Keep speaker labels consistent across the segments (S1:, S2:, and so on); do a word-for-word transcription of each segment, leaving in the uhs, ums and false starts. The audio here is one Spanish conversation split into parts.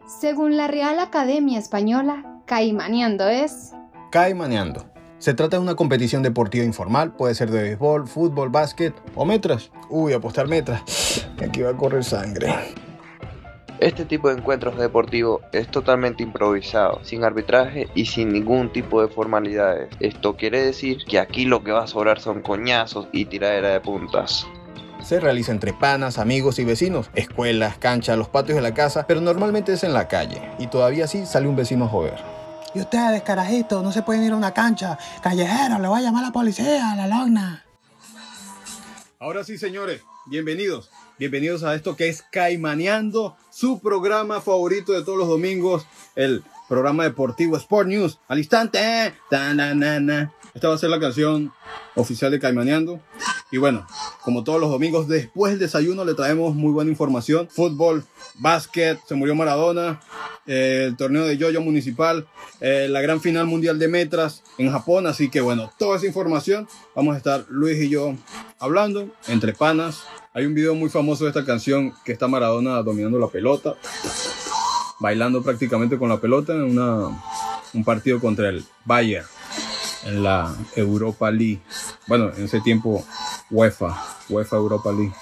S1: Según la Real Academia Española, caimaneando es...
S2: Caimaneando. Se trata de una competición deportiva informal, puede ser de béisbol, fútbol, básquet o metras. Uy, apostar metras. Aquí va a correr sangre.
S3: Este tipo de encuentros deportivos es totalmente improvisado, sin arbitraje y sin ningún tipo de formalidades. Esto quiere decir que aquí lo que va a sobrar son coñazos y tiradera de puntas.
S2: Se realiza entre panas, amigos y vecinos, escuelas, canchas, los patios de la casa, pero normalmente es en la calle, y todavía así sale un vecino a joder.
S4: Y ustedes, carajitos, no se pueden ir a una cancha. Callejero, le voy a llamar a la policía, a la lona.
S2: Ahora sí, señores, bienvenidos. Bienvenidos a esto que es Caimaneando, su programa favorito de todos los domingos, el programa deportivo Sport News. Al instante, ta-na-na-na. Esta va a ser la canción oficial de Caimaneando. Y bueno, como todos los domingos, después del desayuno le traemos muy buena información. Fútbol, básquet, se murió Maradona, eh, el torneo de yo-yo municipal, eh, la gran final mundial de metras en Japón. Así que bueno, toda esa información vamos a estar Luis y yo hablando entre panas. Hay un video muy famoso de esta canción que está Maradona dominando la pelota, bailando prácticamente con la pelota en una, un partido contra el Bayern en la Europa League. Bueno, en ese tiempo UEFA, UEFA Europa League.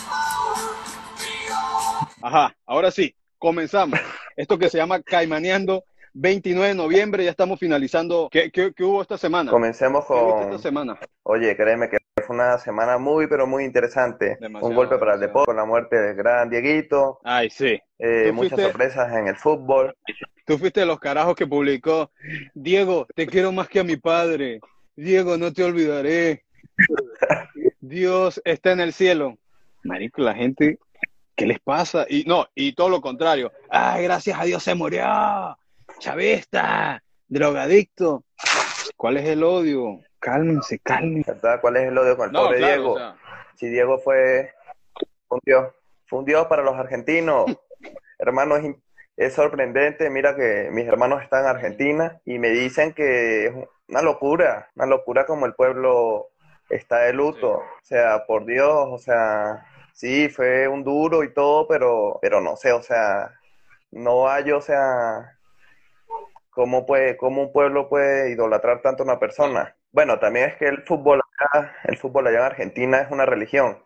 S5: Ajá, ahora sí, comenzamos. Esto que se llama Caimaneando, veintinueve de noviembre, ya estamos finalizando. ¿Qué, qué, qué hubo esta semana?
S3: Comencemos
S5: ¿Qué viste
S3: con...
S5: esta semana?
S3: Oye, créeme que fue una semana muy, pero muy interesante.
S5: Demasiado,
S3: Un golpe para el
S5: demasiado.
S3: deporte, con la muerte del gran Dieguito,
S5: Ay, sí.
S3: eh,
S5: ¿Tú
S3: muchas
S5: fuiste-
S3: sorpresas en el fútbol.
S5: Tú fuiste de los carajos que publicó: Diego, te quiero más que a mi padre. Diego, no te olvidaré. Dios está en el cielo. Marico, la gente, ¿qué les pasa? Y no, y todo lo contrario. Ay, gracias a Dios se murió. Chavista, drogadicto. ¿Cuál es el odio? Cálmense, cálmense.
S3: ¿Verdad? ¿Cuál es el odio con el pobre Diego?
S5: o sea,
S3: Si Diego fue un dios, fue un dios para los argentinos. Hermano, es, in- es sorprendente. Mira que mis hermanos están en Argentina y me dicen que es una locura, una locura como el pueblo está de luto. O sea, por Dios, o sea, sí, fue un duro y todo, pero, pero no sé, o sea, no hay, o sea, ¿cómo puede, cómo un pueblo puede idolatrar tanto a una persona? Bueno, también es que el fútbol acá, el fútbol allá en Argentina es una religión.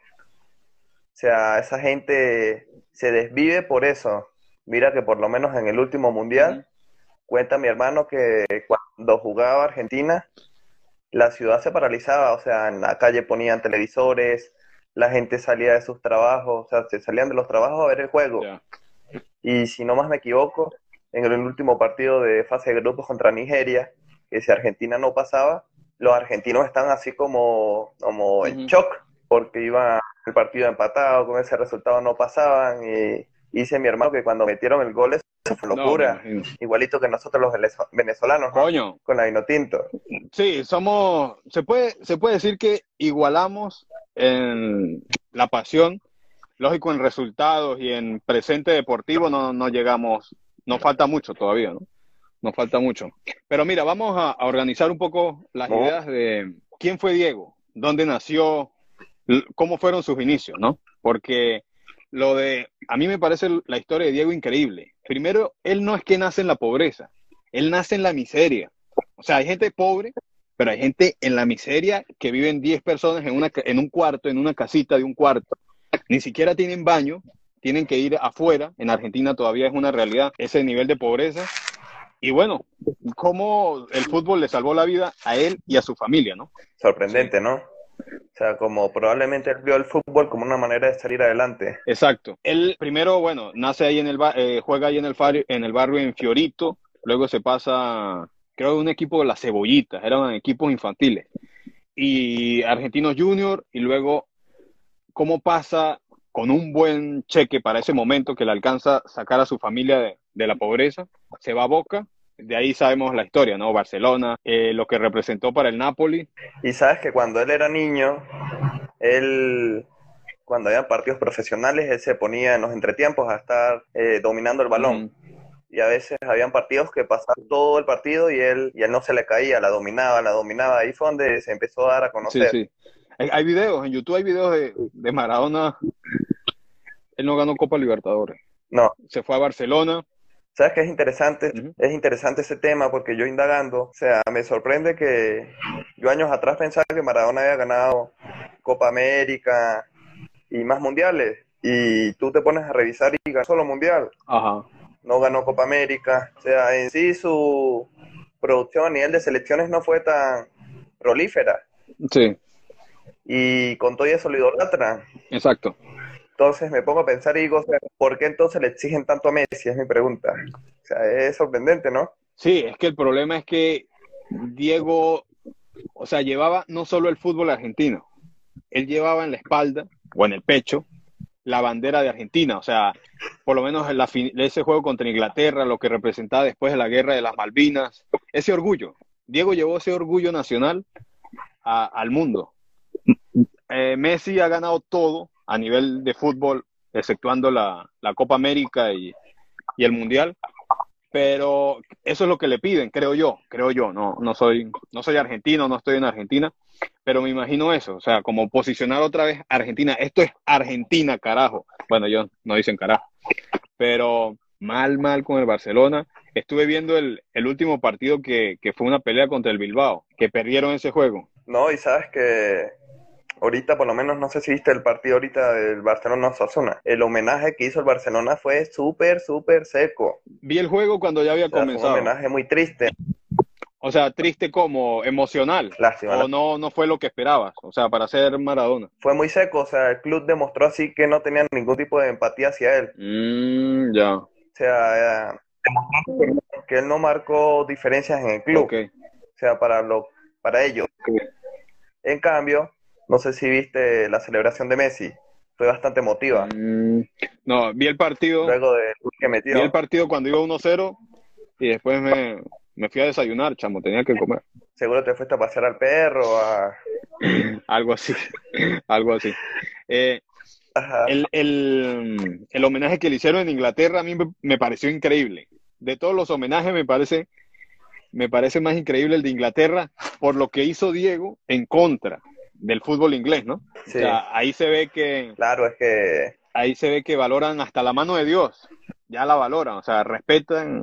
S3: O sea, esa gente se desvive por eso. Mira que por lo menos en el último mundial, cuenta mi hermano que cuando jugaba Argentina, la ciudad se paralizaba. O sea, en la calle ponían televisores, la gente salía de sus trabajos, o sea, se salían de los trabajos a ver el juego.
S5: ya.
S3: Y si no más me equivoco, en el último partido de fase de grupos contra Nigeria, que si Argentina no pasaba, los argentinos están así como, como en
S5: Ujú.
S3: shock, porque iba el partido empatado, con ese resultado no pasaban. Y dice mi hermano que cuando metieron el gol, eso fue
S5: No, me
S3: locura.
S5: imagino.
S3: Igualito que nosotros los venezo- venezolanos, ¿no?
S5: Coño,
S3: Con la Vinotinto.
S5: sí, somos, se puede, se puede decir que igualamos en la pasión, lógico, en resultados y en presente deportivo no, no llegamos, nos falta mucho todavía, ¿no? Nos falta mucho. Pero mira, vamos a, a organizar un poco las
S3: No.
S5: ideas de quién fue Diego, dónde nació, l- cómo fueron sus inicios, ¿no? Porque lo de, a mí me parece la historia de Diego increíble. Primero, él no es que nace en la pobreza, él nace en la miseria. O sea, hay gente pobre, pero hay gente en la miseria que viven diez personas en, una, ca- en un cuarto, en una casita de un cuarto. Ni siquiera tienen baño, tienen que ir afuera. En Argentina todavía es una realidad ese nivel de pobreza. Y bueno, cómo el fútbol le salvó la vida a él y a su familia, ¿no?
S3: Sorprendente, ¿no? O sea, como probablemente él vio el fútbol como una manera de salir adelante.
S5: Exacto. Él primero, bueno, nace ahí en el ba- eh, juega ahí en el, fari- en el barrio en Fiorito, luego se pasa, creo, a un equipo de las Cebollitas, eran equipos infantiles, y Argentinos Junior, y luego cómo pasa con un buen cheque para ese momento que le alcanza a sacar a su familia de, de la pobreza, se va a Boca, de ahí sabemos la historia, ¿no? Barcelona, eh, lo que representó para el Napoli.
S3: Y sabes que cuando él era niño, él, cuando había partidos profesionales, él se ponía en los entretiempos a estar eh, dominando el balón.
S5: Ujú.
S3: Y a veces habían partidos que pasaban todo el partido y él, y él no se le caía, la dominaba, la dominaba. Ahí fue donde se empezó a dar a
S5: Sí,
S3: conocer.
S5: sí. Hay, hay videos, en YouTube hay videos de, de Maradona. Él no ganó Copa Libertadores.
S3: No,
S5: Se fue a Barcelona,
S3: ¿Sabes qué es interesante?
S5: Ujú.
S3: Es interesante ese tema porque yo indagando, o sea, me sorprende que yo años atrás pensaba que Maradona había ganado Copa América y más mundiales. Y tú te pones a revisar y ganó solo mundial,
S5: Ajá.
S3: no ganó Copa América. O sea, en sí su producción a nivel de selecciones no fue tan prolífera.
S5: Sí,
S3: Y con todo eso lo idolatran.
S5: exacto.
S3: Entonces me pongo a pensar y digo, o sea, ¿por qué entonces le exigen tanto a Messi? Es mi pregunta. O sea, es sorprendente, ¿no?
S5: Sí, es que el problema es que Diego, o sea, llevaba no solo el fútbol argentino, él llevaba en la espalda o en el pecho la bandera de Argentina, o sea, por lo menos en la fin- ese juego contra Inglaterra, lo que representaba después de la guerra de las Malvinas, ese orgullo. Diego llevó ese orgullo nacional a- al mundo. Eh, Messi ha ganado todo a nivel de fútbol, exceptuando la, la Copa América y, y el Mundial, pero eso es lo que le piden, creo yo, creo yo, no, no soy, no soy argentino, no estoy en Argentina, pero me imagino eso, o sea, como posicionar otra vez a Argentina, esto es Argentina, carajo. Bueno, ellos no dicen carajo, pero mal, mal con el Barcelona. Estuve viendo el, el último partido que, que fue una pelea contra el Bilbao, que perdieron ese juego.
S3: No, y sabes que ahorita, por lo menos, no sé si viste el partido ahorita del Barcelona-Osasuna. El homenaje que hizo el Barcelona fue súper, súper seco.
S5: Vi el juego cuando ya había
S3: O sea, fue un
S5: comenzado.
S3: homenaje muy triste.
S5: O sea, triste como emocional.
S3: Lástima,
S5: O
S3: ¿no?
S5: no, no fue lo que esperabas. O sea, para ser Maradona.
S3: Fue muy seco, o sea, el club demostró así que no tenían ningún tipo de empatía hacia él.
S5: Mm, ya.
S3: O sea, eh, demostró que él no marcó diferencias en el club.
S5: Ok.
S3: O sea, para, lo, para ellos. En cambio, no sé si viste la celebración de Messi. Fue bastante emotiva.
S5: Mm, no, vi el partido.
S3: Luego de que metió.
S5: Vi el partido cuando iba uno cero y después me, me fui a desayunar, chamo. Tenía que comer.
S3: Seguro te fuiste a pasear al perro, a...
S5: Algo así. Algo así. Eh,
S3: Ajá.
S5: el, el, el homenaje que le hicieron en Inglaterra a mí me, me pareció increíble. De todos los homenajes me parece, me parece más increíble el de Inglaterra por lo que hizo Diego en contra del fútbol inglés, ¿no?
S3: Sí.
S5: O sea, ahí se ve que
S3: Claro, es que
S5: ahí se ve que valoran hasta la mano de Dios. Ya la valoran, o sea, respetan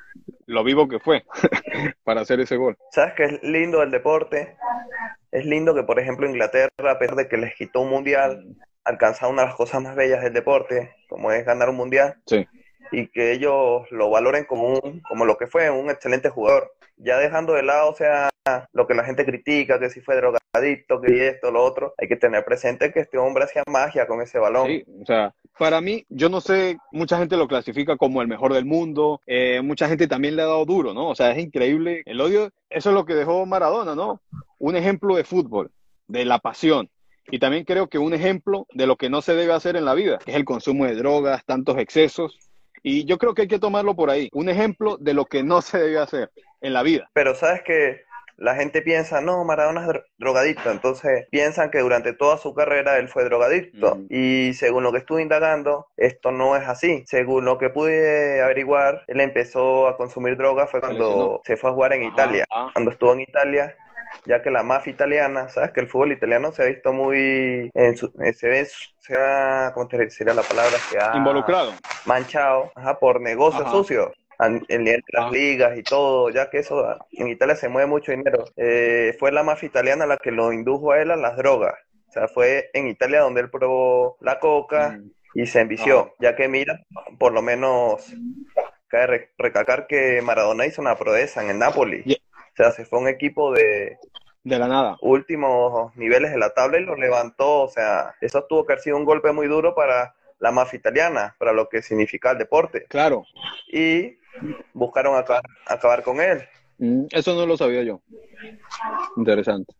S5: lo vivo que fue para hacer ese gol.
S3: ¿sabes qué es lindo del deporte? Es lindo que, por ejemplo, Inglaterra, a pesar de que les quitó un mundial, alcanza una de las cosas más bellas del deporte, como es ganar un mundial,
S5: Sí.
S3: y que ellos lo valoren como, un, como lo que fue, un excelente jugador. Ya dejando de lado, o sea, lo que la gente critica, que si fue drogadicto, que esto, lo otro, hay que tener presente que este hombre hacía magia con ese balón.
S5: Sí, o sea, para mí, yo no sé, mucha gente lo clasifica como el mejor del mundo, eh, mucha gente también le ha dado duro, ¿no? O sea, es increíble. El odio, eso es lo que dejó Maradona, ¿no? Un ejemplo de fútbol, de la pasión. Y también creo que un ejemplo de lo que no se debe hacer en la vida, que es el consumo de drogas, tantos excesos. Y yo creo que hay que tomarlo por ahí. Un ejemplo de lo que no se debe hacer en la vida.
S3: Pero sabes que la gente piensa, no, Maradona es dro- drogadicto, entonces piensan que durante toda su carrera él fue drogadicto.
S5: Mm.
S3: Y según lo que estuve indagando, esto no es así. Según lo que pude averiguar, él empezó a consumir drogas fue cuando
S5: lesionó.
S3: se fue a jugar en
S5: Ajá,
S3: Italia.
S5: ah.
S3: Cuando estuvo en Italia, ya que la mafia italiana, sabes que el fútbol italiano se ha visto muy, en su- eh, se ve, se ha, ¿cómo te sería la palabra? Se ha
S5: Involucrado.
S3: manchado, ajá, por negocios
S5: Ajá.
S3: sucios an- en nivel de las
S5: Ah.
S3: ligas y todo, ya que eso en Italia se mueve mucho dinero. Eh, fue la mafia italiana la que lo indujo a él a las drogas. O sea, fue en Italia donde él probó la coca
S5: Mm.
S3: y se envició,
S5: Ajá.
S3: ya que mira, por lo menos cabe re- recalcar que Maradona hizo una proeza en el Napoli.
S5: Ye-
S3: O sea, se fue un equipo de
S5: De la nada.
S3: últimos niveles de la tabla y lo levantó. O sea, eso tuvo que haber sido un golpe muy duro para la mafia italiana, para lo que significa el deporte.
S5: Claro.
S3: Y buscaron acabar, acabar con él.
S5: Mm, Eso no lo sabía yo. Interesante.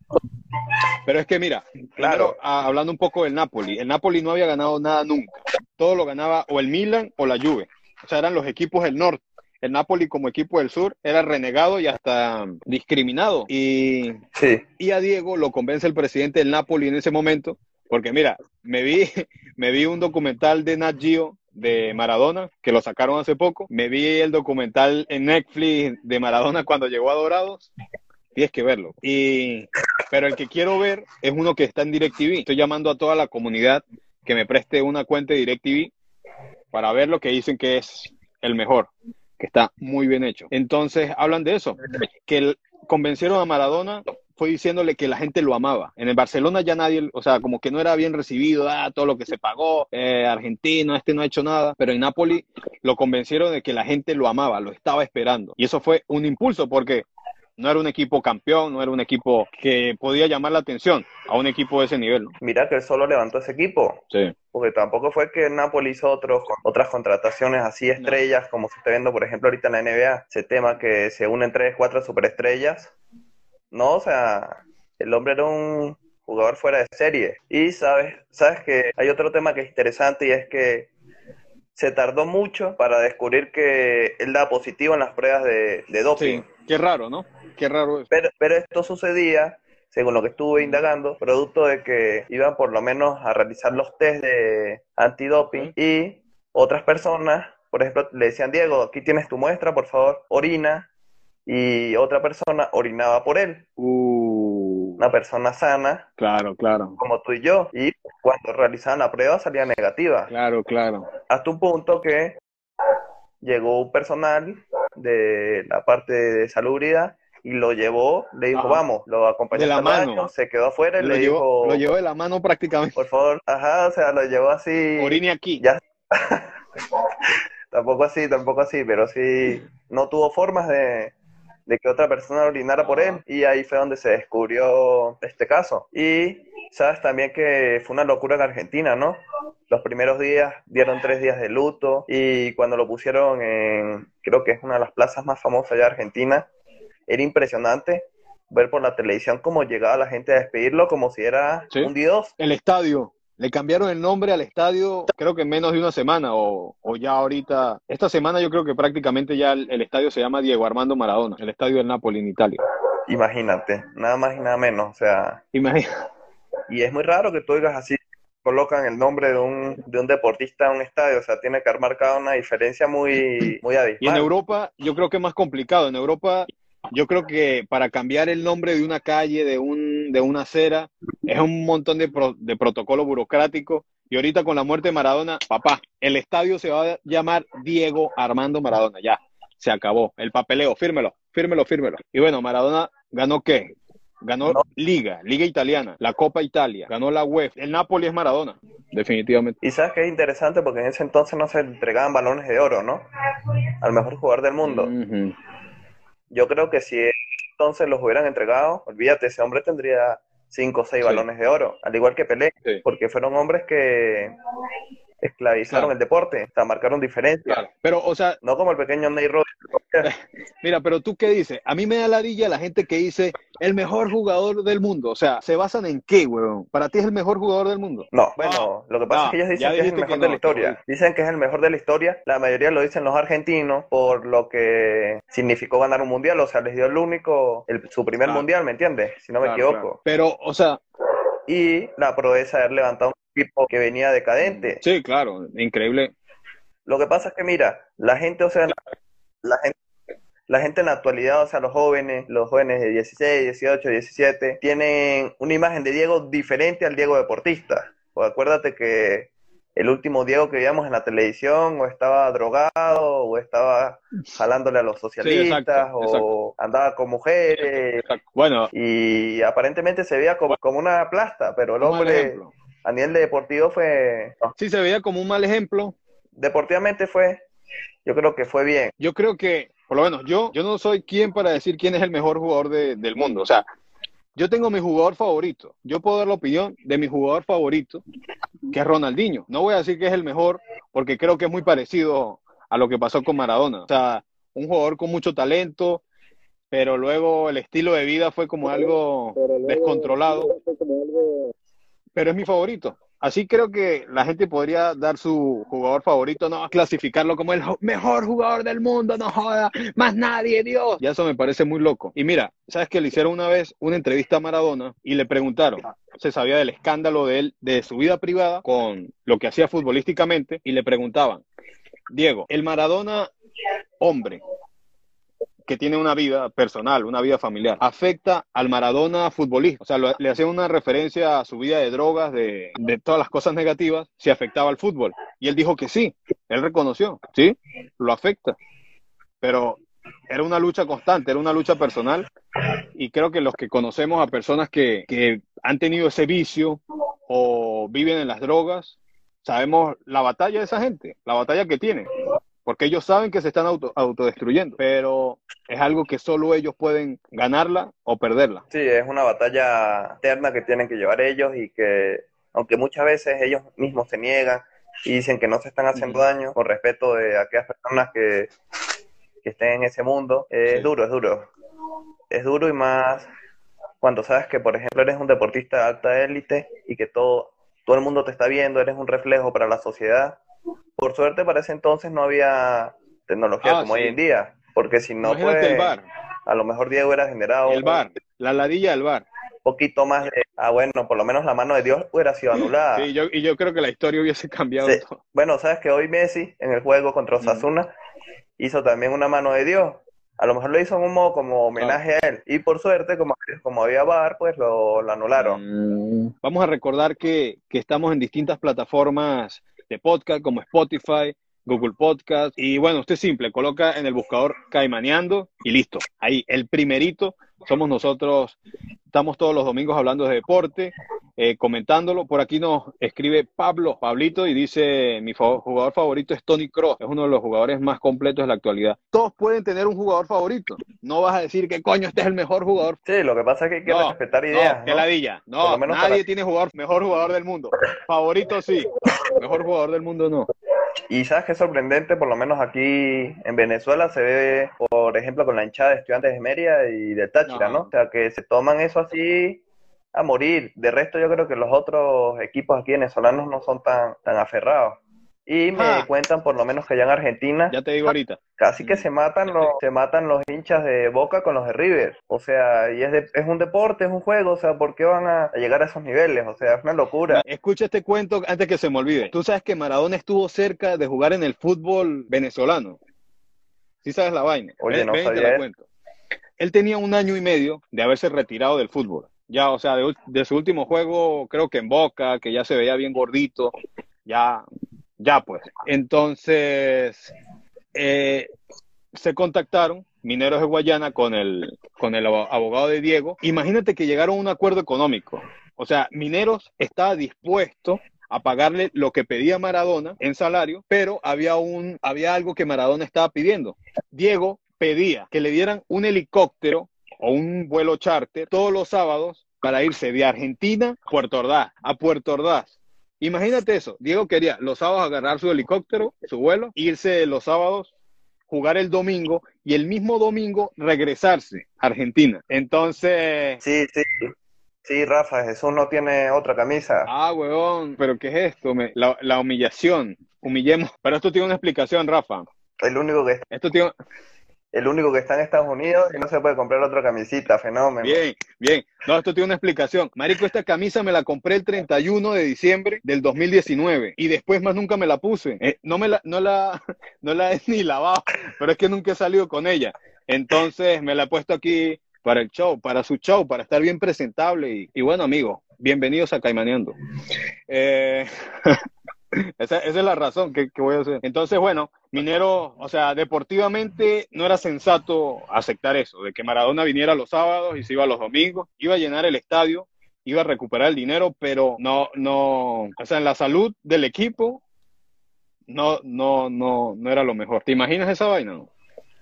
S5: Pero es que mira,
S3: Claro.
S5: primero, a- hablando un poco del Napoli, el Napoli no había ganado nada nunca. Todo lo ganaba o el Milan o la Juve. O sea, eran los equipos del norte. El Napoli como equipo del sur era renegado y hasta discriminado. Y,
S3: Sí,
S5: y a Diego lo convence el presidente del Napoli en ese momento, porque mira, me vi, me vi un documental de Nat Geo de Maradona, que lo sacaron hace poco. Me vi el documental en Netflix de Maradona cuando llegó a Dorados. Tienes que verlo. Y, pero el que quiero ver es uno que está en DirecTV. Estoy llamando a toda la comunidad que me preste una cuenta de DirecTV para ver lo que dicen que es el mejor, que está muy bien hecho. Entonces hablan de eso, que el, convencieron a Maradona fue diciéndole que la gente lo amaba. En el Barcelona ya nadie, o sea, como que no era bien recibido, ah, todo lo que se pagó, eh, argentino, este no ha hecho nada, pero en Napoli lo convencieron de que la gente lo amaba, lo estaba esperando. Y eso fue un impulso porque no era un equipo campeón, no era un equipo que podía llamar la atención a un equipo de ese nivel, ¿no?
S3: Mira que él solo levantó ese equipo.
S5: Sí.
S3: Porque tampoco fue que el Napoli hizo otros, otras contrataciones así estrellas, no. Como se está viendo, por ejemplo, ahorita en la N B A, ese tema que se unen tres, cuatro superestrellas. No, o sea, el hombre era un jugador fuera de serie. Y sabes, sabes que hay otro tema que es interesante y es que se tardó mucho para descubrir que él da positivo en las pruebas de, de doping.
S5: Sí, qué raro, ¿no? Qué raro es.
S3: Pero, pero esto sucedía, según lo que estuve indagando, producto de que iban por lo menos a realizar los test de antidoping uh-huh. Y otras personas, por ejemplo, le decían, Diego, aquí tienes tu muestra, por favor, orina. Y otra persona orinaba por él.
S5: Uh,
S3: una persona sana.
S5: Claro, claro.
S3: Como tú y yo. Y cuando realizaban la prueba salía negativa.
S5: Claro, claro.
S3: Hasta un punto que llegó un personal de la parte de salubridad y lo llevó, le dijo, ajá, vamos, lo acompañó
S5: de la
S3: hasta el
S5: mano.
S3: Baño, se quedó afuera y
S5: lo
S3: le
S5: llevó,
S3: dijo...
S5: Lo llevó de la mano prácticamente.
S3: Por favor, ajá, o sea, lo llevó así...
S5: Orine aquí.
S3: Ya. Tampoco así, tampoco así, pero sí no tuvo formas de... de que otra persona orinara por él, y ahí fue donde se descubrió este caso. Y sabes también que fue una locura en Argentina, ¿no? Los primeros días dieron tres días de luto, y cuando lo pusieron en, creo que es una de las plazas más famosas de Argentina, era impresionante ver por la televisión cómo llegaba la gente a despedirlo como si era ¿sí? un dios.
S5: El estadio. Le cambiaron el nombre al estadio, creo que en menos de una semana, o, o ya ahorita, esta semana yo creo que prácticamente ya el, el estadio se llama Diego Armando Maradona, el estadio del Napoli en Italia.
S3: Imagínate, nada más y nada menos, o sea...
S5: Imagínate.
S3: Y es muy raro que tú digas así, colocan el nombre de un, de un deportista en un estadio, o sea, tiene que haber marcado una diferencia muy, muy abismal.
S5: Y en Europa yo creo que es más complicado, en Europa... Yo creo que para cambiar el nombre de una calle, de un de una acera, es un montón de, pro, de protocolo burocrático. Y ahorita con la muerte de Maradona, papá, el estadio se va a llamar Diego Armando Maradona. Ya, se acabó. El papeleo, fírmelo, fírmelo, fírmelo. Y bueno, Maradona ganó ¿qué? Ganó no. Liga, Liga Italiana, la Copa Italia, ganó la UEFA. El Napoli es Maradona, definitivamente.
S3: Y sabes que es interesante porque en ese entonces no se entregaban balones de oro, ¿no? Al mejor jugador del mundo. Uh-huh. Yo creo que si entonces los hubieran entregado, olvídate, ese hombre tendría cinco o seis sí. balones de oro, al igual que Pelé, sí. porque fueron hombres que esclavizaron claro. el deporte, o sea, marcaron diferencias. Claro.
S5: Pero, o sea...
S3: No como el pequeño Ney Rodríguez.
S5: Mira, pero ¿tú qué dices? A mí me da ladilla la gente que dice el mejor jugador del mundo. O sea, ¿se basan en qué, weón? ¿Para ti es el mejor jugador del mundo?
S3: No, bueno, no, lo que pasa no, es que ellos dicen que es el mejor que no, de la historia. Dicen que es el mejor de la historia. La mayoría lo dicen los argentinos por lo que significó ganar un mundial. O sea, les dio el único, el, su primer claro. mundial, ¿me entiendes? Si no me claro, equivoco.
S5: Claro. Pero, o sea...
S3: Y la proeza de haber levantado un equipo que venía decadente.
S5: Sí, claro, increíble.
S3: Lo que pasa es que, mira, la gente, o sea, la gente, la gente en la actualidad, o sea, los jóvenes, los jóvenes de dieciséis, dieciocho, diecisiete, tienen una imagen de Diego diferente al Diego deportista. Pues acuérdate que el último Diego que veíamos en la televisión o estaba drogado o estaba jalándole a los socialistas sí, exacto, o exacto. andaba con mujeres.
S5: Exacto. Bueno,
S3: y aparentemente se veía como, como una plasta, pero el hombre a nivel de deportivo fue...
S5: No. Sí, se veía como un mal ejemplo.
S3: Deportivamente fue, yo creo que fue bien.
S5: Yo creo que, por lo menos yo, yo no soy quien para decir quién es el mejor jugador de, del mundo. O sea, yo tengo mi jugador favorito. Yo puedo dar la opinión de mi jugador favorito, que es Ronaldinho. No voy a decir que es el mejor, porque creo que es muy parecido a lo que pasó con Maradona. O sea, un jugador con mucho talento, pero luego el estilo de vida fue como algo descontrolado. Pero es mi favorito. Así creo que la gente podría dar su jugador favorito, no clasificarlo como el mejor jugador del mundo, no joda, más nadie, Dios. Y eso me parece muy loco. Y mira, ¿sabes que le hicieron una vez una entrevista a Maradona y le preguntaron? Se sabía del escándalo de él, de su vida privada, con lo que hacía futbolísticamente, y le preguntaban, Diego, el Maradona hombre, que tiene una vida personal, una vida familiar, afecta al Maradona futbolista. O sea, lo, le hacían una referencia a su vida de drogas, de, de todas las cosas negativas, si afectaba al fútbol. Y él dijo que sí, él reconoció, sí, lo afecta. pero era una lucha constante, era una lucha personal, y creo que los que conocemos a personas que, que han tenido ese vicio o viven en las drogas, sabemos la batalla de esa gente, la batalla que tienen, porque ellos saben que se están auto, autodestruyendo, pero es algo que solo ellos pueden ganarla o perderla.
S3: Sí, es una batalla eterna que tienen que llevar ellos y que, aunque muchas veces ellos mismos se niegan y dicen que no se están haciendo
S5: Ujú.
S3: daño por respeto de aquellas personas que, que estén en ese mundo, es
S5: Sí.
S3: duro, es duro. Es duro y más cuando sabes que, por ejemplo, eres un deportista de alta élite y que todo, todo el mundo te está viendo, eres un reflejo para la sociedad. Por suerte, para ese entonces no había tecnología
S5: Ah,
S3: como hoy en
S5: sí.
S3: día, porque si no,
S5: Imagínate el
S3: pues,
S5: bar,
S3: a lo mejor Diego hubiera generado
S5: el
S3: un
S5: bar, la ladilla del bar.
S3: poquito más de, ah, bueno, por lo menos la mano de Dios hubiera sido anulada.
S5: Sí, yo, y yo creo que la historia hubiese cambiado
S3: Sí.
S5: todo.
S3: Bueno, sabes que hoy Messi, en el juego contra
S5: Mm.
S3: Osasuna, hizo también una mano de Dios. A lo mejor lo hizo en un modo como homenaje a él. Y por suerte, como, como había VAR, pues lo, lo anularon.
S5: Mm. Vamos a recordar que, que estamos en distintas plataformas de podcast como Spotify, Google Podcast, y bueno, usted simple, coloca en el buscador Caimaneando y listo. Ahí, el primerito somos nosotros. Estamos todos los domingos hablando de deporte, eh, comentándolo. Por aquí nos escribe Pablo, Pablito, y dice, mi fa- jugador favorito es Toni Kroos, es uno de los jugadores más completos de la actualidad. Todos pueden tener un jugador favorito. No vas a decir que coño, este es el mejor jugador.
S3: Sí, lo que pasa es que hay que
S5: No,
S3: respetar ideas,
S5: no, que
S3: ¿no?
S5: ladilla.
S3: Por
S5: No,
S3: lo menos
S5: nadie
S3: para-
S5: tiene jugador, mejor jugador del mundo. Favorito sí, mejor jugador del mundo no.
S3: Y sabes que es sorprendente, por lo menos aquí en Venezuela se ve, por ejemplo, con la hinchada de Estudiantes de Mérida y de Táchira,
S5: Ajá.
S3: ¿no? O sea, que se toman eso así a morir. De resto, yo creo que los otros equipos aquí venezolanos no son tan, tan aferrados. Y me
S5: Ah.
S3: cuentan, por lo menos, que allá en Argentina
S5: Ya te digo ahorita.
S3: casi que
S5: Mm.
S3: se matan los, se matan los hinchas de Boca con los de River. O sea, y es, de- es un deporte, es un juego. O sea, ¿por qué van a, a llegar a esos niveles? O sea, es una locura.
S5: Escucha este cuento antes que se me olvide. Tú sabes que Maradona estuvo cerca de jugar en el fútbol venezolano. ¿Sí sabes la vaina?
S3: Oye,
S5: Ven,
S3: no
S5: ven y te
S3: sabía
S5: la
S3: eso.
S5: cuento. Él tenía un año y medio de haberse retirado del fútbol. Ya, o sea, de, ul- de su último juego, creo que en Boca, que ya se veía bien gordito. Ya, ya pues. Entonces, eh, se contactaron Mineros de Guayana con el, con el abo- abogado de Diego. Imagínate que llegaron a un acuerdo económico. O sea, Mineros estaba dispuesto a pagarle lo que pedía Maradona en salario, pero había, un, había algo que Maradona estaba pidiendo. Diego pedía que le dieran un helicóptero o un vuelo charter todos los sábados para irse de Argentina a Puerto Ordaz, a Puerto Ordaz. Imagínate eso. Diego quería los sábados agarrar su helicóptero, su vuelo, irse los sábados, jugar el domingo y el mismo domingo regresarse a Argentina. Entonces,
S3: Sí, sí. Sí, Rafa, Jesús no tiene otra camisa.
S5: ah, huevón, pero ¿qué es esto? Me- la, la humillación. Humillemos. Pero esto tiene una explicación, Rafa.
S3: El único que
S5: Esto tiene...
S3: el único que está en Estados Unidos y no se puede comprar otra camisita, fenómeno.
S5: Bien, bien. No, esto tiene una explicación. Marico, esta camisa me la compré el treinta y uno de diciembre del dos mil diecinueve y después más nunca me la puse. Eh, no me la, no la, no la he ni lavado, pero es que nunca he salido con ella. Entonces me la he puesto aquí para el show, para su show, para estar bien presentable. Y, y bueno, amigos, bienvenidos a Caimaneando. Eh, esa, esa es la razón que, que voy a hacer. Entonces, bueno, Minero, o sea, deportivamente no era sensato aceptar eso, de que Maradona viniera los sábados y se iba los domingos, iba a llenar el estadio, iba a recuperar el dinero, pero no, no, o sea, en la salud del equipo no, no, no, no era lo mejor. ¿Te imaginas esa vaina? No?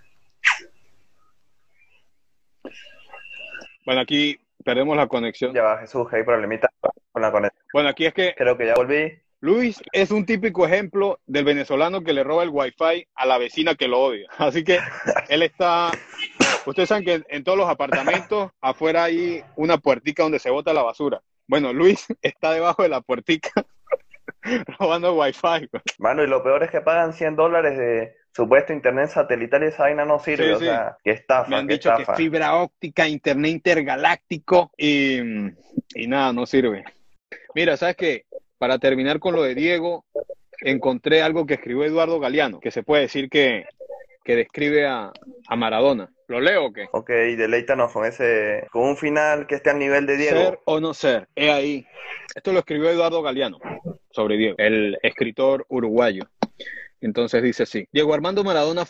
S5: Bueno, aquí perdemos la conexión.
S3: Ya va, Jesús, que hay problemita con la conexión.
S5: Bueno, aquí es que
S3: Creo que ya volví.
S5: Luis es un típico ejemplo del venezolano que le roba el wifi a la vecina que lo odia. Así que él está... Ustedes saben que en, en todos los apartamentos afuera hay una puertica donde se bota la basura. Bueno, Luis está debajo de la puertica robando el wifi.
S3: Mano, y lo peor es que pagan cien dólares de supuesto internet satelital y esa vaina no sirve.
S5: Sí,
S3: O
S5: sí.
S3: sea, que estafa,
S5: Me han
S3: que
S5: dicho que
S3: estafa.
S5: fibra óptica, internet intergaláctico y, y nada, no sirve. Mira, ¿sabes qué? Para terminar con lo de Diego, encontré algo que escribió Eduardo Galeano, que se puede decir que, que describe a, a Maradona. ¿Lo leo o qué?
S3: Ok, deleítanos con ese, con un final que esté al nivel de Diego.
S5: Ser o no ser, he ahí. Esto lo escribió Eduardo Galeano sobre Diego, el escritor uruguayo. Entonces dice así: Diego Armando Maradona fue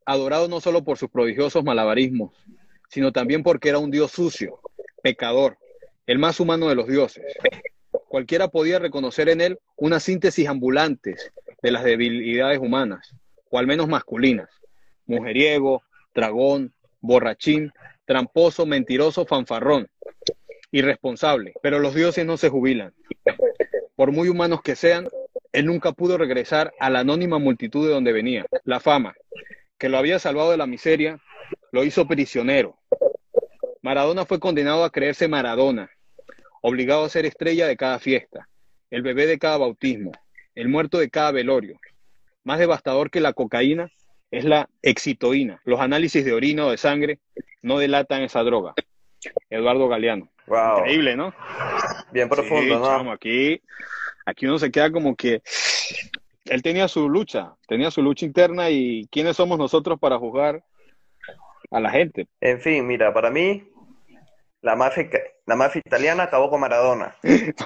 S5: adorado no solo por sus prodigiosos malabarismos, sino también porque era un dios sucio, pecador, el más humano de los dioses. Cualquiera podía reconocer en él una síntesis ambulante de las debilidades humanas, o al menos masculinas: mujeriego, dragón, borrachín, tramposo, mentiroso, fanfarrón, irresponsable. Pero los dioses no se jubilan. Por muy humanos que sean, él nunca pudo regresar a la anónima multitud de donde venía. La fama, que lo había salvado de la miseria, lo hizo prisionero. Maradona fue condenado a creerse Maradona, obligado a ser estrella de cada fiesta, el bebé de cada bautismo, el muerto de cada velorio. Más devastador que la cocaína es la excitoína. Los análisis de orina o de sangre no delatan esa droga. Eduardo Galeano.
S3: Wow.
S5: Increíble, ¿no?
S3: Bien profundo,
S5: Sí,
S3: ¿no?
S5: chamo, aquí, aquí uno se queda como que él tenía su lucha, tenía su lucha interna, y ¿quiénes somos nosotros para juzgar a la gente?
S3: En fin, mira, para mí, la mafia, la mafia italiana acabó con Maradona.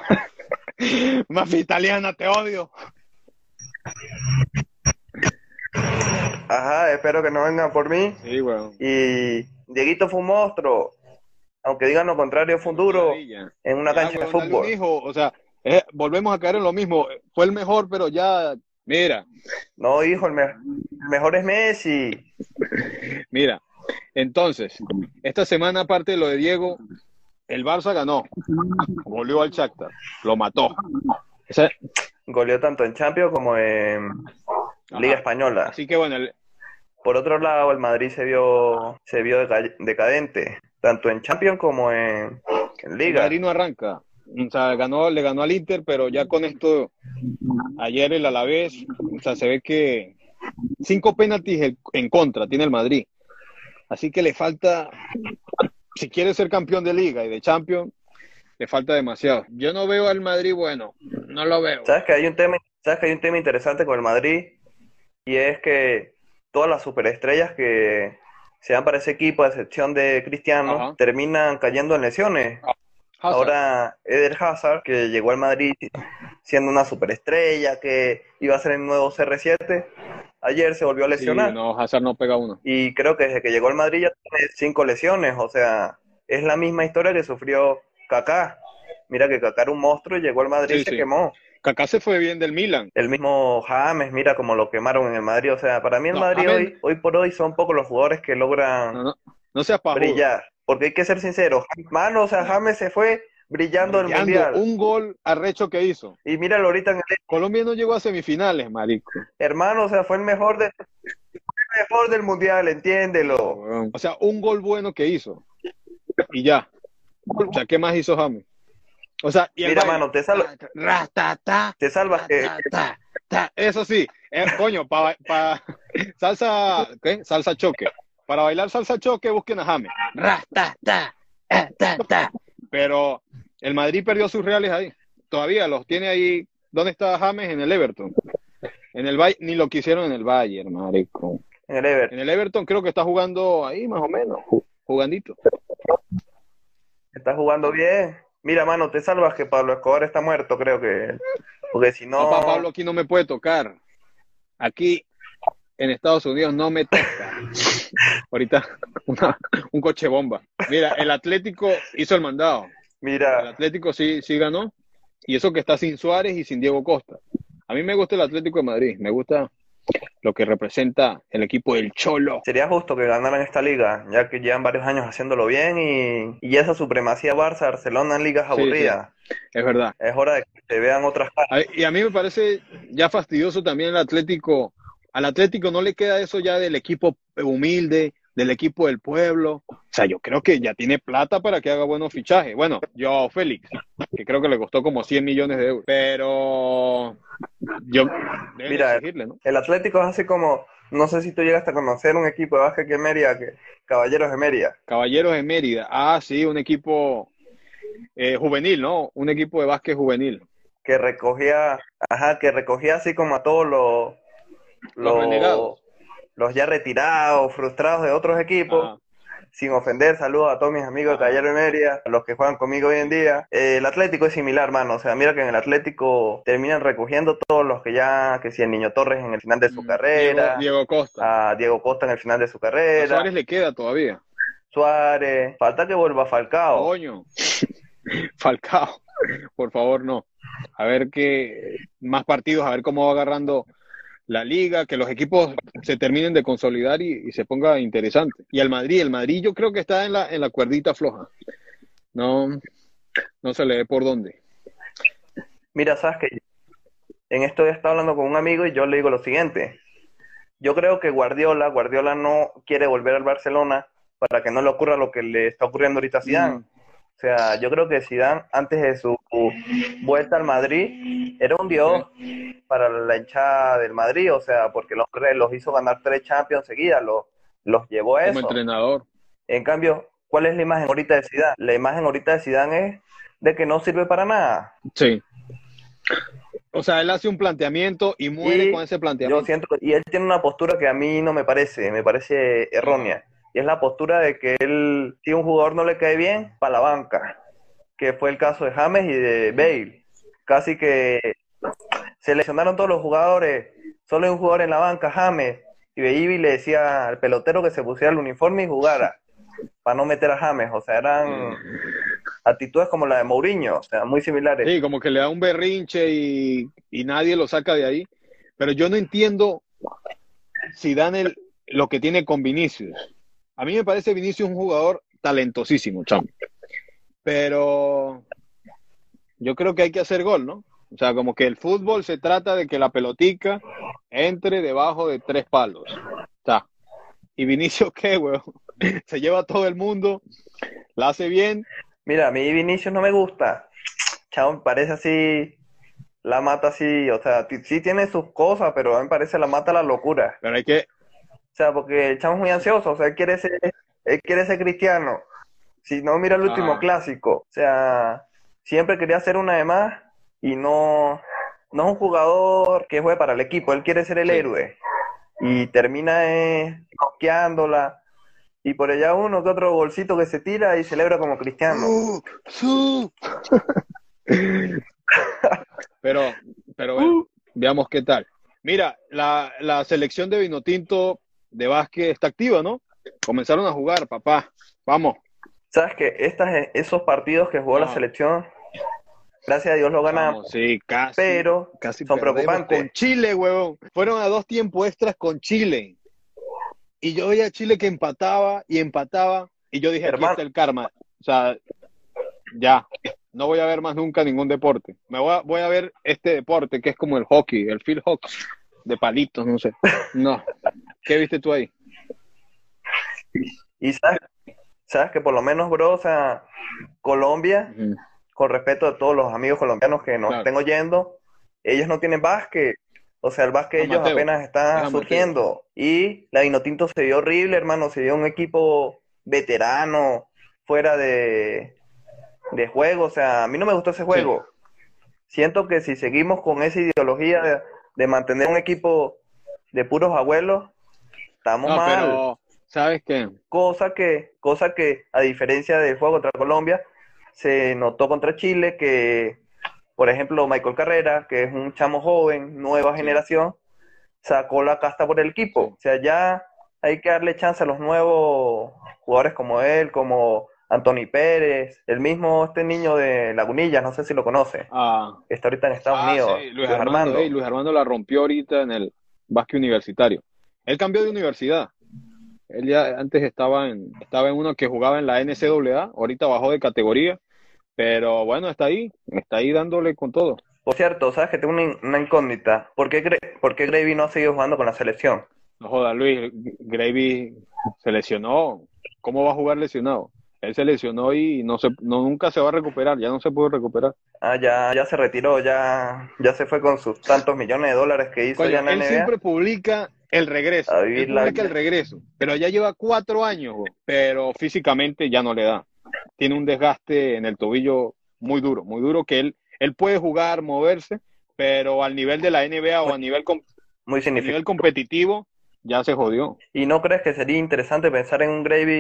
S5: Mafia italiana, te odio.
S3: Ajá, espero que no vengan por mí.
S5: Sí, bueno.
S3: Y Dieguito fue un monstruo. Aunque digan lo contrario, fue un duro en una
S5: Ya,
S3: cancha de
S5: weón, dale un
S3: fútbol.
S5: hijo, o sea, eh, volvemos a caer en lo mismo. Fue el mejor, pero ya, mira,
S3: No, hijo, el, me- el mejor es Messi.
S5: mira. Entonces, esta semana, aparte de lo de Diego, el Barça ganó, goleó al Shakhtar, lo mató. Esa-
S3: Goleó tanto en Champions como en
S5: Ajá.
S3: Liga Española.
S5: Así que bueno, el,
S3: Por otro lado, el Madrid se vio, se vio deca- decadente, tanto en Champions como en, en
S5: el
S3: Liga.
S5: Madrid no arranca. O sea, ganó, le ganó al Inter, pero ya con esto, ayer el Alavés, o sea, se ve que cinco penaltis en- en contra tiene el Madrid. Así que le falta, si quiere ser campeón de Liga y de Champions, le falta demasiado. Yo no veo al Madrid bueno, no lo veo.
S3: ¿Sabes que hay un tema, sabes que hay un tema interesante con el Madrid? Y es que todas las superestrellas que se dan para ese equipo, a excepción de Cristiano,
S5: Ajá.
S3: terminan cayendo en lesiones.
S5: Hazard.
S3: Ahora Eder Hazard, que llegó al Madrid siendo una superestrella, que iba a ser el nuevo C R siete, ayer se volvió a
S5: Sí,
S3: lesionar.
S5: no, Hazard no pega uno.
S3: Y creo que desde que llegó al Madrid ya tiene cinco lesiones. O sea, es la misma historia que sufrió Kaká. Mira que Kaká era un monstruo y llegó al Madrid
S5: Sí,
S3: y se
S5: sí.
S3: quemó.
S5: Kaká se fue bien del Milan.
S3: El mismo James, mira como lo quemaron en el Madrid. O sea, para mí el
S5: No,
S3: Madrid
S5: James-
S3: hoy, hoy por hoy son pocos los jugadores que logran
S5: No, no, no seas pajudo.
S3: brillar. Porque hay que ser sincero. Mano, o sea, James se fue brillando el
S5: Brillando,
S3: Mundial.
S5: un gol arrecho que hizo.
S3: Y míralo ahorita en el
S5: Colombia no llegó a semifinales, marico.
S3: hermano, o sea, fue el mejor de, el mejor del Mundial, entiéndelo.
S5: O sea, un gol bueno que hizo. Y ya. O sea, ¿qué más hizo James? O sea, y el
S3: Mira,
S5: baile.
S3: mano, te salvas,
S5: Ra, ta, ta,
S3: te salvas que
S5: ta, ta, ta. Eso sí, eh, coño, para pa, salsa, ¿qué? Salsa choque. Para bailar salsa choque, busquen a James. Ra, ta, ta, eh, ta, ta. Pero el Madrid perdió sus reales ahí. Todavía los tiene ahí. ¿Dónde está James? En el Everton. En el Bayern, ni lo quisieron en el Bayern, marico.
S3: en el Everton
S5: En el Everton creo que está jugando ahí más o menos, ju- jugandito.
S3: está jugando bien. Mira, mano, te salvas que Pablo Escobar está muerto, creo que. Porque si no,
S5: Papá Pablo aquí no me puede tocar. Aquí en Estados Unidos no me toca. Ahorita una- un coche bomba. Mira, el Atlético hizo el mandado. El
S3: mira,
S5: Atlético sí, sí ganó. Y eso que está sin Suárez y sin Diego Costa. A mí me gusta el Atlético de Madrid. Me gusta lo que representa el equipo del Cholo.
S3: sería justo que ganaran esta liga, ya que llevan varios años haciéndolo bien y, y esa supremacía Barça-Barcelona en ligas
S5: Sí, sí.
S3: aburridas.
S5: Es verdad.
S3: Es hora de que se vean otras caras.
S5: A- Y a mí me parece ya fastidioso también el Atlético. Al Atlético no le queda eso ya del equipo humilde, del equipo del pueblo. O sea, yo creo que ya tiene plata para que haga buenos fichajes. Bueno, yo Félix, que creo que le costó como cien millones de euros. Pero yo deben
S3: Mira,
S5: exigirle, ¿no?
S3: El Atlético es así como, no sé si tú llegaste a conocer un equipo de básquet aquí en Mérida, que, Caballeros de Mérida.
S5: Caballeros de Mérida. Ah, sí, un equipo eh, juvenil, ¿no? Un equipo de básquet juvenil.
S3: que recogía, ajá, que recogía así como a todos los,
S5: Los renegados.
S3: los ya retirados, frustrados de otros equipos,
S5: Ajá.
S3: sin ofender, saludos a todos mis amigos de Taller de Mérida, a los que juegan conmigo hoy en día. Eh, el Atlético es similar, hermano. O sea, mira que en el Atlético terminan recogiendo todos los que ya, que si el Niño Torres en el final de su carrera,
S5: Diego, Diego Costa.
S3: a Diego Costa en el final de su
S5: A
S3: carrera,
S5: Suárez le queda todavía.
S3: Suárez, falta que vuelva Falcao.
S5: Coño. Falcao, por favor, no. A ver qué más partidos, a ver cómo va agarrando la liga, que los equipos se terminen de consolidar y, y se ponga interesante. Y el Madrid, el Madrid yo creo que está en la, en la cuerdita floja. No, no se le ve por dónde.
S3: Mira, sabes que en esto ya estaba hablando con un amigo y yo le digo lo siguiente. Yo creo que Guardiola, Guardiola no quiere volver al Barcelona para que no le ocurra lo que le está ocurriendo ahorita a Zidane.
S5: Mm.
S3: O sea, yo creo que Zidane, antes de su vuelta al Madrid, era un dios para la hinchada del Madrid, o sea, porque los, los hizo ganar tres Champions seguidas, los, los llevó a
S5: Como
S3: eso.
S5: entrenador.
S3: En cambio, ¿cuál es la imagen ahorita de Zidane? La imagen ahorita de Zidane es de que no sirve para nada.
S5: Sí. O sea, él hace un planteamiento y muere
S3: Y
S5: con ese planteamiento.
S3: yo siento que, y él tiene una postura que a mí no me parece, me parece errónea. Y es la postura de que él, si un jugador no le cae bien, para la banca. Que fue el caso de James y de Bale. Casi que seleccionaron todos los jugadores, solo hay un jugador en la banca, James. Y Beibi le decía al pelotero que se pusiera el uniforme y jugara, para no meter a James. O sea, eran actitudes como la de Mourinho, o sea, muy similares.
S5: Sí, como que le da un berrinche y, y nadie lo saca de ahí. Pero yo no entiendo si dan el, lo que tiene con Vinicius. A mí me parece Vinicius un jugador talentosísimo, chamo. Pero yo creo que hay que hacer gol, ¿no? O sea, como que el fútbol se trata de que la pelotica entre debajo de tres palos. Está. ¿Y Vinicius qué, weón? Se lleva a todo el mundo, la hace bien.
S3: Mira, a mí Vinicius no me gusta. Chao, parece así, la mata así, o sea, t- sí tiene sus cosas, pero a mí me parece la mata la locura.
S5: Pero hay que...
S3: O sea, porque el chamo es muy ansioso, o sea, él quiere ser, él quiere ser cristiano. Si no, mira el último
S5: Ajá.
S3: clásico. O sea, siempre quería hacer una de más y no, no es un jugador que juegue para el equipo, él quiere ser el
S5: Sí.
S3: héroe. Y termina eh, noqueándola. Y por allá uno que otro bolsito que se tira y celebra como cristiano.
S5: Pero, pero bueno, veamos qué tal. Mira, la, la selección de Vinotinto de básquet está activa, ¿no? Comenzaron a jugar, papá. Vamos.
S3: ¿Sabes que estas, esos partidos que jugó la
S5: Ah.
S3: selección, gracias a Dios lo ganamos,
S5: Vamos, sí, casi.
S3: pero
S5: casi
S3: son
S5: perdemos
S3: preocupantes.
S5: con Chile, huevón. Fueron a dos tiempos extras con Chile. Y yo veía a Chile que empataba y empataba. Y yo dije, aquí
S3: Hermano.
S5: está el karma. O sea, ya. No voy a ver más nunca ningún deporte. Me voy a, voy a ver este deporte que es como el hockey, el field hockey. De palitos, no sé. No. ¿Qué viste tú ahí?
S3: Y sabes, sabes que por lo menos, bro, o sea, Colombia,
S5: Ujú.
S3: con respeto a todos los amigos colombianos que nos
S5: Claro.
S3: estén oyendo, ellos no tienen básquet. O sea, el básquet ellos
S5: Amateur.
S3: apenas
S5: Es
S3: están
S5: amateur.
S3: surgiendo. Y la Vinotinto se vio horrible, hermano. Se vio un equipo veterano, fuera de, de juego. O sea, a mí no me gustó ese juego. Siento que si seguimos con esa ideología de, de mantener un equipo de puros abuelos, estamos
S5: No,
S3: mal.
S5: pero, ¿sabes qué?
S3: Cosa que, cosa que, a diferencia del juego contra Colombia, se notó contra Chile que, por ejemplo, Michael Carrera, que es un chamo joven, nueva
S5: Sí.
S3: generación, sacó la casta por el equipo.
S5: Sí.
S3: O sea, ya hay que darle chance a los nuevos jugadores como él, como Anthony Pérez, el mismo este niño de Lagunillas, no sé si lo conoce,
S5: Ah,
S3: que está ahorita en Estados
S5: ah,
S3: Unidos,
S5: sí, Luis Armando. ey, Luis Armando la rompió ahorita en el básquet universitario. Él cambió de universidad. Él ya antes estaba en, estaba en uno que jugaba en la N C A A, ahorita bajó de categoría, pero bueno, está ahí, está ahí dándole con todo.
S3: Por cierto, sabes que tengo una, in- una incógnita. ¿Por qué, Gre- por qué Gravy no ha seguido jugando con la selección?
S5: No joda, Luis, Gravy se lesionó. ¿Cómo va a jugar lesionado? Él se lesionó y no se, no, nunca se va a recuperar, ya no se puede recuperar.
S3: Ah, ya, ya se retiró, ya, ya se fue con sus tantos millones de dólares que hizo
S5: Coño,
S3: ya en la
S5: él
S3: N B A.
S5: siempre publica el regreso,
S3: A
S5: él
S3: vivir la
S5: publica el
S3: vida.
S5: regreso, pero ya lleva cuatro años, güey, pero físicamente ya no le da. Tiene un desgaste en el tobillo muy duro, muy duro que él, él puede jugar, moverse, pero al nivel de la N B A o a nivel, com-
S3: Muy
S5: a
S3: significativo.
S5: nivel competitivo ya se jodió.
S3: ¿Y no crees que sería interesante pensar en un Gravy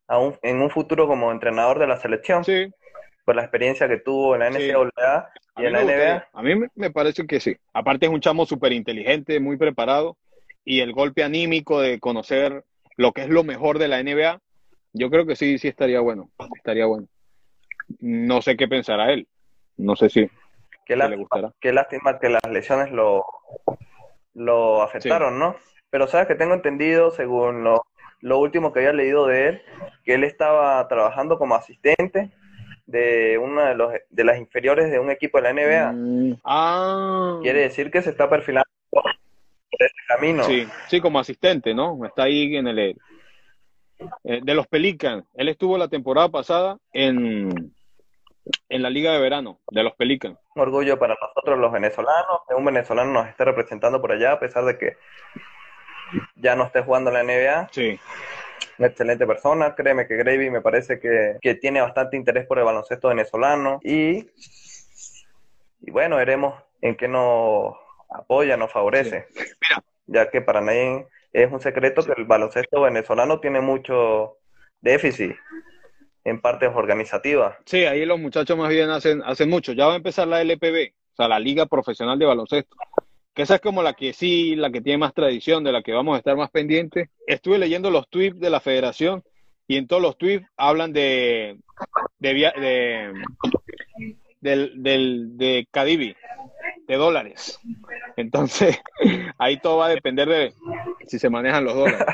S3: a un, en un futuro como entrenador de la selección,
S5: Sí,
S3: por la experiencia que tuvo en la
S5: sí.
S3: N C A A
S5: A
S3: y
S5: mí
S3: en
S5: me
S3: la N B
S5: gustaría.
S3: A.
S5: A mí me, me parece que sí. Aparte es un chamo súper inteligente, muy preparado, y el golpe anímico de conocer lo que es lo mejor de la N B A, yo creo que sí, sí estaría bueno. Estaría bueno. No sé qué pensará él. No sé si,
S3: Qué
S5: si le
S3: lástima,
S5: gustará.
S3: qué lástima que las lesiones lo, lo
S5: Sí.
S3: afectaron, ¿no? Pero sabes que tengo entendido, según lo, lo último que había leído de él, que él estaba trabajando como asistente de una de, los, de las inferiores de un equipo de la N B A.
S5: Mm, ah,
S3: Quiere decir que se está perfilando por ese camino.
S5: sí, sí, como asistente, ¿no? Está ahí en el eh, de los Pelicans. Él estuvo la temporada pasada en, en la Liga de Verano de los Pelicans.
S3: Un orgullo para nosotros los venezolanos, que un venezolano nos esté representando por allá, a pesar de que ya no esté jugando en la N B A.
S5: Sí,
S3: Una excelente persona, créeme que Gravy me parece que, que tiene bastante interés por el baloncesto venezolano y, y bueno, veremos en qué nos apoya, nos favorece,
S5: sí. Mira,
S3: ya que para nadie es un secreto
S5: sí.
S3: que el baloncesto venezolano tiene mucho déficit en partes organizativas.
S5: Sí, ahí los muchachos más bien hacen, hacen mucho. Ya va a empezar la L P B, o sea, la Liga Profesional de Baloncesto, que esa es como la que sí, la que tiene más tradición, de la que vamos a estar más pendientes. Estuve leyendo los tweets de la federación y en todos los tweets hablan de de, via- de del, del de Cadivi, de dólares. Entonces, ahí todo va a depender de si se manejan los dólares.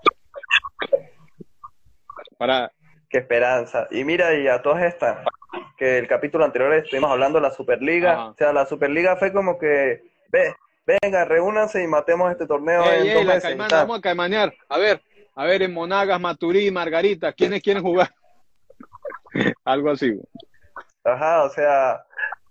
S5: Para,
S3: Qué esperanza. Y mira, y a todas estas, que el capítulo anterior estuvimos hablando de la Superliga,
S5: Ajá.
S3: o sea, la Superliga fue como que, ve, venga, reúnanse y matemos este torneo
S5: ey,
S3: en
S5: ey,
S3: dos
S5: la
S3: meses y
S5: caimana,
S3: tal.
S5: vamos a caimanear. A ver, a ver, en Monagas, Maturí, Margarita, ¿quiénes quieren jugar? Algo así.
S3: Ajá, o sea,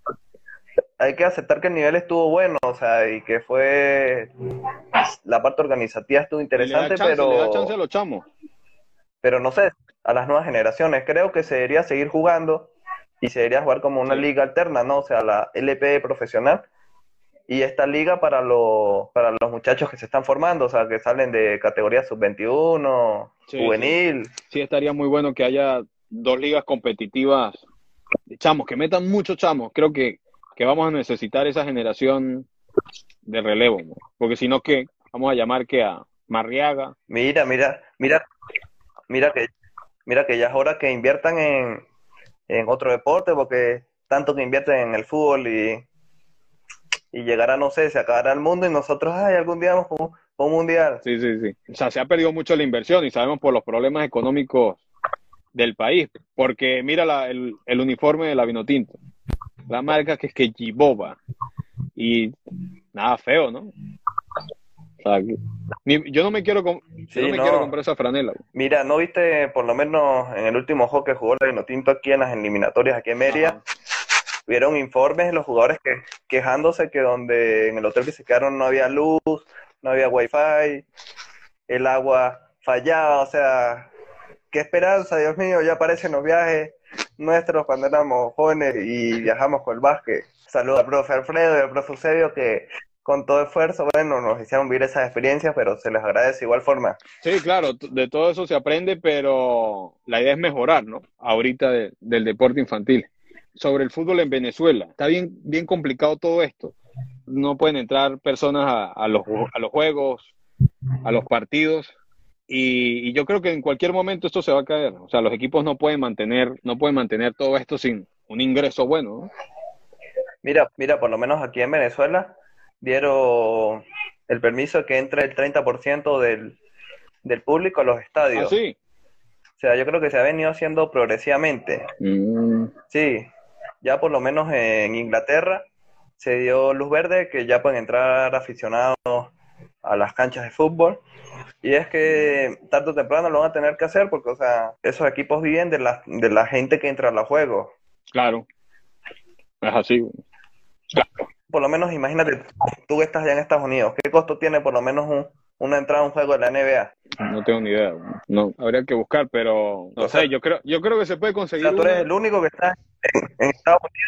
S3: hay que aceptar que el nivel estuvo bueno, o sea, y que fue, la parte organizativa estuvo
S5: Y le da
S3: interesante,
S5: chance, le da chance a
S3: pero,
S5: los chamos.
S3: pero no sé, a las nuevas generaciones, creo que se debería seguir jugando y se debería jugar como una
S5: Sí.
S3: liga alterna, ¿no? O sea, la L P profesional y esta liga para los, para los muchachos que se están formando, o sea, que salen de categoría sub veintiuno,
S5: Sí,
S3: juvenil.
S5: Sí, estaría muy bueno que haya dos ligas competitivas de chamos, que metan muchos chamos. Creo que, que vamos a necesitar esa generación de relevo, ¿no? Porque si no, ¿qué? Vamos a llamar que a Marriaga.
S3: Mira, mira, mira, mira que, mira que ya es hora que inviertan en, en otro deporte, porque tanto que invierten en el fútbol y, y llegará, no sé, se acabará el mundo y nosotros, ay, algún día vamos a un, a un mundial.
S5: Sí, sí, sí. O sea, se ha perdido mucho la inversión y sabemos por los problemas económicos del país. Porque mira la, el, el uniforme de la Vinotinto. La marca que es que Giboba. Y nada feo, ¿no? O sea, que- ni- yo no me quiero, com- yo
S3: Sí,
S5: no me
S3: no.
S5: quiero comprar esa franela.
S3: Mira, ¿no viste por lo menos en el último juego que jugó la Vinotinto aquí en las eliminatorias aquí en Mérida?
S5: Ajá.
S3: Hubieron informes de los jugadores que, quejándose que donde en el hotel que se quedaron no había luz, no había wifi, el agua fallaba, o sea, qué esperanza, Dios mío, ya aparecen los viajes nuestros cuando éramos jóvenes y viajamos con el básquet. Saludos al profe Alfredo y al profe Eusebio que con todo esfuerzo, bueno, nos hicieron vivir esas experiencias, pero se les agradece de igual forma.
S5: Sí, claro, t- de todo eso se aprende, pero la idea es mejorar, ¿no? Ahorita de- del deporte infantil. Sobre el fútbol en Venezuela, está bien, bien complicado todo esto. No pueden entrar personas a, a los, ju- a los juegos, a los partidos, y, y yo creo que en cualquier momento esto se va a caer. O sea, los equipos no pueden mantener, no pueden mantener todo esto sin un ingreso bueno, ¿no?
S3: Mira, mira, por lo menos aquí en Venezuela dieron el permiso de que entre el treinta por ciento del, del público a los
S5: Ah,
S3: estadios.
S5: sí.
S3: O sea, yo creo que se ha venido haciendo progresivamente.
S5: Mm,
S3: Sí, ya por lo menos en Inglaterra se dio luz verde que ya pueden entrar aficionados a las canchas de fútbol. Y es que tarde o temprano lo van a tener que hacer porque, o sea, esos equipos viven de la, de la gente que entra a los juegos.
S5: claro, es así.
S3: Por lo menos imagínate, tú que estás allá en Estados Unidos, ¿qué costo tiene por lo menos un, una entrada a un juego de la N B A?
S5: No tengo ni idea. No, habría que buscar, pero no
S3: O sea,
S5: sé, yo creo, yo creo que se puede
S3: O
S5: conseguir
S3: sea, tú eres
S5: una.
S3: el único que está en, en Estados Unidos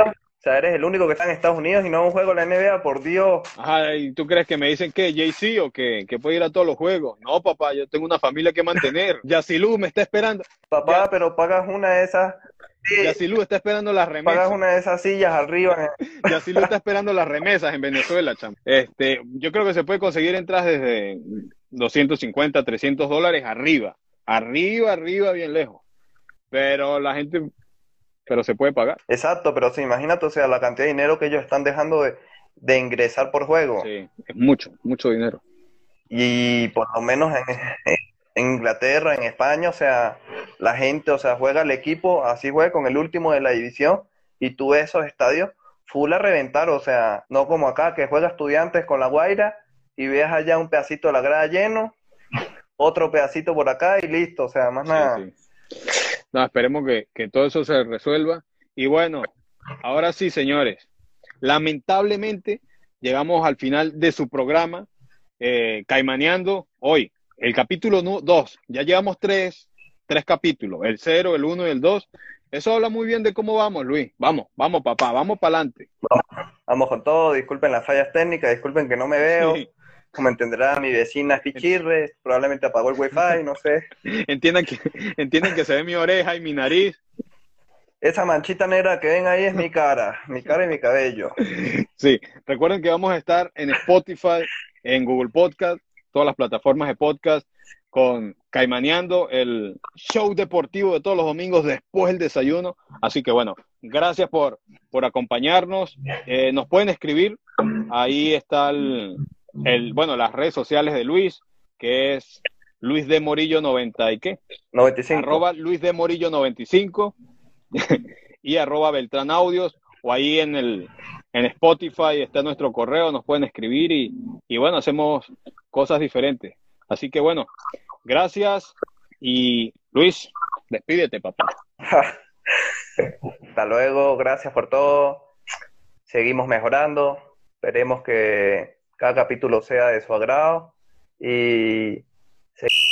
S3: sea, eres el único que está en Estados Unidos y no a un juego de la N B A, por Dios.
S5: Ajá, ¿y tú crees que me dicen que Jay-Z o que, que puede ir a todos los juegos? No, papá, yo tengo una familia que mantener. Yacilu me está esperando.
S3: Papá,
S5: Ya-
S3: pero pagas una de esas, sí,
S5: Yacilu está esperando las
S3: pagas
S5: remesas.
S3: una de esas sillas arriba.
S5: Yacilu está esperando las remesas en Venezuela, chamo. Este, yo creo que se puede conseguir entradas desde doscientos cincuenta, trescientos dólares arriba. Arriba, arriba, bien lejos. Pero la gente, pero se puede pagar.
S3: Exacto, pero sí, imagínate, o sea, la cantidad de dinero que ellos están dejando de, de ingresar por juego.
S5: Sí, es mucho, mucho dinero.
S3: Y por lo menos en, en Inglaterra, en España, o sea, la gente, o sea, juega el equipo, así juega con el último de la división, y tú ves esos estadios full a reventar, o sea, no como acá, que juega Estudiantes con La Guaira, y ves allá un pedacito de la grada lleno, otro pedacito por acá, y listo, o sea, más nada.
S5: Sí, sí. No, esperemos que, que todo eso se resuelva. Y bueno, ahora sí, señores, lamentablemente llegamos al final de su programa, eh, Caimaneando, hoy, el capítulo dos. Ya llevamos tres, tres capítulos, el cero, el uno y el dos. Eso habla muy bien de cómo vamos, Luis. Vamos, vamos, papá, vamos para adelante.
S3: Vamos con todo, disculpen las fallas técnicas, disculpen que no me veo.
S5: Sí.
S3: Como entenderá, mi vecina es pichirre, probablemente apagó el wifi, no sé.
S5: Entiendan que, entiendan que se ve mi oreja y mi nariz.
S3: Esa manchita negra que ven ahí es mi cara, mi cara y mi cabello.
S5: Sí, recuerden que vamos a estar en Spotify, en Google Podcast, todas las plataformas de podcast, con Caimaneando, el show deportivo de todos los domingos después del desayuno. Así que bueno, gracias por, por acompañarnos. Eh, nos pueden escribir, ahí está el, el, bueno, las redes sociales de Luis, que es Luis de Morillo noventa y qué,
S3: noventa y cinco.
S5: arroba Luis de Morillo noventa y cinco y arroba Beltrán Audios, o ahí en el en Spotify está nuestro correo, nos pueden escribir y, y bueno, hacemos cosas diferentes. Así que bueno, gracias y Luis, despídete, papá.
S3: Hasta luego, gracias por todo. Seguimos mejorando. Esperemos que cada capítulo sea de su agrado y